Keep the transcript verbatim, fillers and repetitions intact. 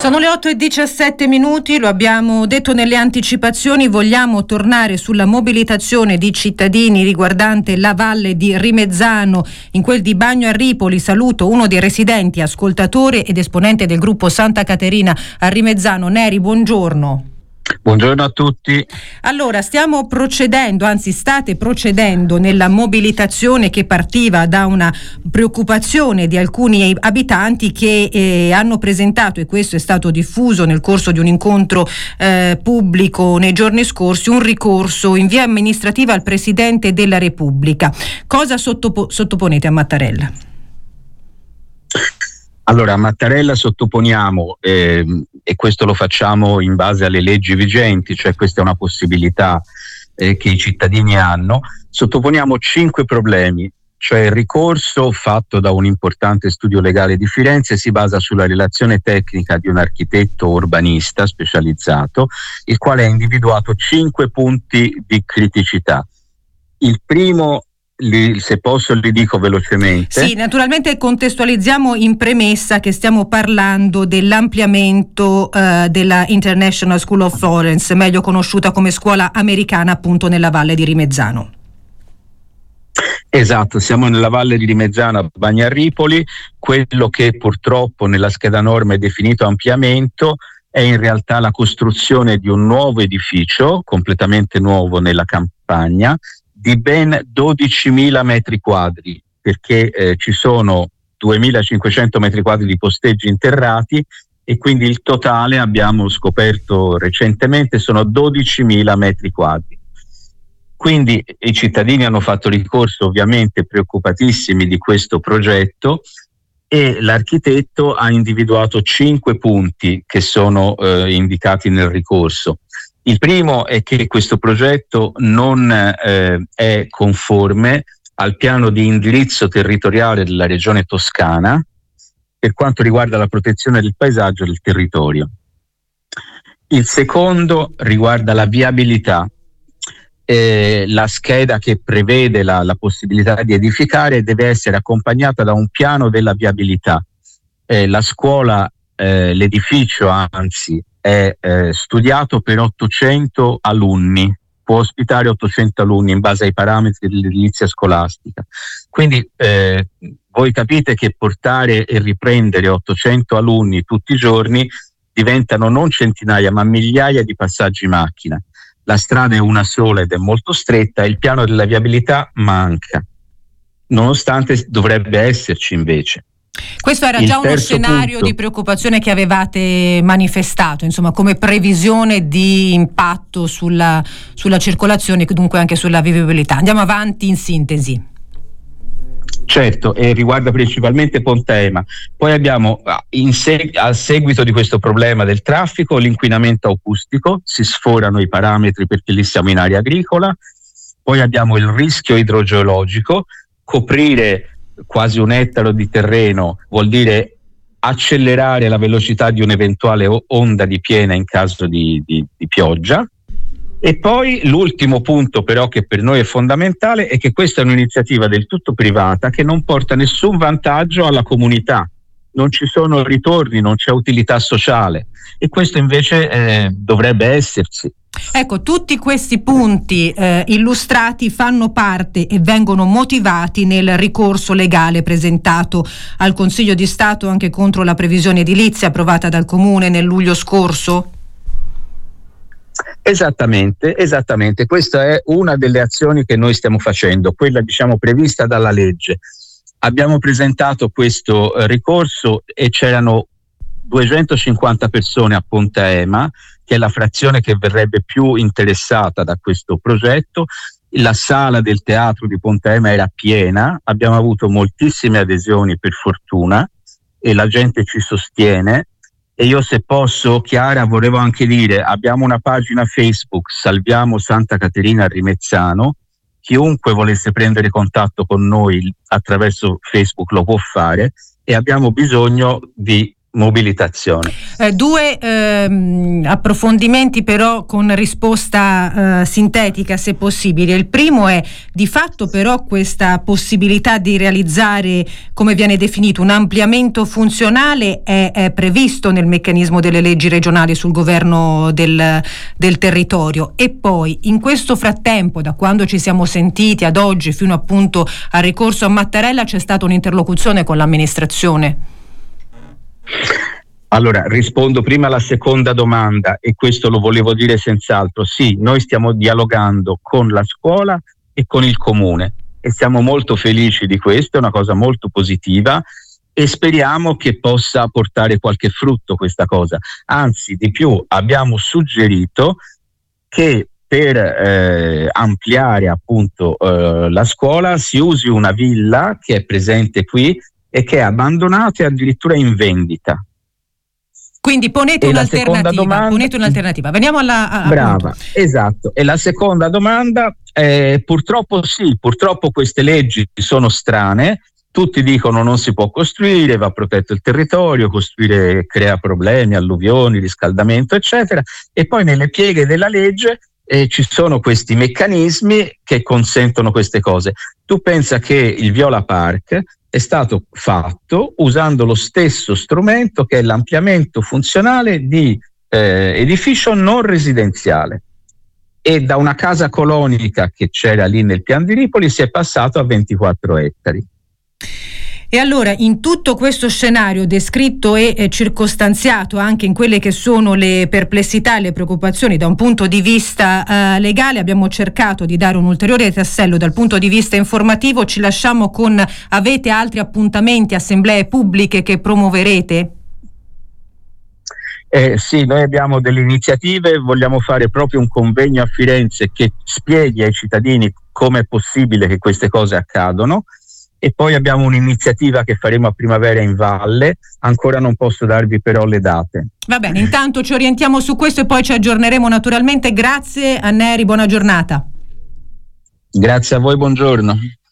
Sono le otto e diciassette minuti, lo abbiamo detto nelle anticipazioni, vogliamo tornare sulla mobilitazione di cittadini riguardante la valle di Rimezzano, in quel di Bagno a Ripoli. Saluto uno dei residenti, ascoltatore ed esponente del gruppo Santa Caterina a Rimezzano. Neri, buongiorno. Buongiorno a tutti. Allora, stiamo procedendo, anzi state procedendo nella mobilitazione che partiva da una preoccupazione di alcuni abitanti che eh, hanno presentato, e questo è stato diffuso nel corso di un incontro eh, pubblico nei giorni scorsi, un ricorso in via amministrativa al Presidente della Repubblica. Cosa sottopo- sottoponete a Mattarella? Allora, a Mattarella sottoponiamo, eh, e questo lo facciamo in base alle leggi vigenti, cioè questa è una possibilità eh, che i cittadini hanno, sottoponiamo cinque problemi, cioè il ricorso fatto da un importante studio legale di Firenze si basa sulla relazione tecnica di un architetto urbanista specializzato, il quale ha individuato cinque punti di criticità. Il primo, Li, se posso li dico velocemente. Sì, naturalmente contestualizziamo in premessa che stiamo parlando dell'ampliamento eh, della International School of Florence, meglio conosciuta come scuola americana, appunto nella Valle di Rimezzano. Esatto, siamo nella Valle di Rimezzano a Bagno a Ripoli. Quello che purtroppo nella scheda norma è definito ampliamento è in realtà la costruzione di un nuovo edificio completamente nuovo nella campagna di ben dodicimila metri quadri, perché eh, ci sono duemilacinquecento metri quadri di posteggi interrati e quindi il totale, abbiamo scoperto recentemente, sono dodicimila metri quadri. Quindi i cittadini hanno fatto ricorso, ovviamente preoccupatissimi di questo progetto, e l'architetto ha individuato cinque punti che sono eh, indicati nel ricorso. Il primo è che questo progetto non eh, è conforme al piano di indirizzo territoriale della regione Toscana per quanto riguarda la protezione del paesaggio e del territorio. Il secondo riguarda la viabilità. Eh, la scheda che prevede la, la possibilità di edificare deve essere accompagnata da un piano della viabilità. Eh, la scuola, eh, l'edificio anzi, è eh, studiato per ottocento alunni, può ospitare ottocento alunni in base ai parametri dell'edilizia scolastica. Quindi eh, voi capite che portare e riprendere ottocento alunni tutti i giorni diventano non centinaia ma migliaia di passaggi macchina. La strada è una sola ed è molto stretta, il piano della viabilità manca, nonostante dovrebbe esserci invece. Questo era già uno scenario punto di preoccupazione che avevate manifestato, insomma, come previsione di impatto sulla, sulla circolazione e dunque anche sulla vivibilità. Andiamo avanti in sintesi. Certo, e riguarda principalmente Ponteema. Poi abbiamo in seg- a seguito di questo problema del traffico l'inquinamento acustico, si sforano i parametri perché lì siamo in area agricola. Poi abbiamo il rischio idrogeologico, coprire quasi un ettaro di terreno vuol dire accelerare la velocità di un'eventuale onda di piena in caso di, di, di pioggia. E poi l'ultimo punto però che per noi è fondamentale è che questa è un'iniziativa del tutto privata che non porta nessun vantaggio alla comunità, non ci sono ritorni, non c'è utilità sociale, e questo invece eh, dovrebbe esserci. Ecco, tutti questi punti eh, illustrati fanno parte e vengono motivati nel ricorso legale presentato al Consiglio di Stato anche contro la previsione edilizia approvata dal Comune nel luglio scorso? Esattamente, esattamente. Questa è una delle azioni che noi stiamo facendo, quella diciamo prevista dalla legge. Abbiamo presentato questo eh, ricorso e c'erano duecentocinquanta persone a Ponteema, che è la frazione che verrebbe più interessata da questo progetto. La sala del teatro di Ponteema era piena, abbiamo avuto moltissime adesioni per fortuna e la gente ci sostiene. E io, se posso, Chiara, volevo anche dire, abbiamo una pagina Facebook, Salviamo Santa Caterina a Rimezzano. Chiunque volesse prendere contatto con noi attraverso Facebook lo può fare, e abbiamo bisogno di mobilitazione. Eh, due ehm, approfondimenti però con risposta eh, sintetica se possibile. Il primo è di fatto però questa possibilità di realizzare, come viene definito, un ampliamento funzionale è, è previsto nel meccanismo delle leggi regionali sul governo del, del territorio, e poi in questo frattempo, da quando ci siamo sentiti ad oggi fino appunto al ricorso a Mattarella, c'è stata un'interlocuzione con l'amministrazione? Allora, rispondo prima alla seconda domanda, e questo lo volevo dire senz'altro. Sì, noi stiamo dialogando con la scuola e con il comune e siamo molto felici di questo, è una cosa molto positiva e speriamo che possa portare qualche frutto questa cosa. Anzi, di più, abbiamo suggerito che per eh, ampliare appunto eh, la scuola si usi una villa che è presente qui e che è abbandonata e addirittura in vendita. Quindi ponete un'alternativa, domanda, ponete un'alternativa. Veniamo alla... A, brava, appunto. Esatto. E la seconda domanda, eh, purtroppo sì, purtroppo queste leggi sono strane, tutti dicono non si può costruire, va protetto il territorio, costruire crea problemi, alluvioni, riscaldamento, eccetera, e poi nelle pieghe della legge eh, ci sono questi meccanismi che consentono queste cose. Tu pensa che il Viola Park è stato fatto usando lo stesso strumento che è l'ampliamento funzionale di eh, edificio non residenziale, e da una casa colonica che c'era lì nel Pian di Ripoli si è passato a ventiquattro ettari. E allora, in tutto questo scenario descritto e eh, circostanziato anche in quelle che sono le perplessità e le preoccupazioni da un punto di vista eh, legale, abbiamo cercato di dare un ulteriore tassello dal punto di vista informativo. Ci lasciamo con: avete altri appuntamenti, assemblee pubbliche che promuoverete? Eh, sì, noi abbiamo delle iniziative, vogliamo fare proprio un convegno a Firenze che spieghi ai cittadini come è possibile che queste cose accadano. E poi abbiamo un'iniziativa che faremo a primavera in valle, ancora non posso darvi però le date. Va bene, intanto ci orientiamo su questo e poi ci aggiorneremo naturalmente. Grazie a Neri, buona giornata. Grazie a voi, buongiorno.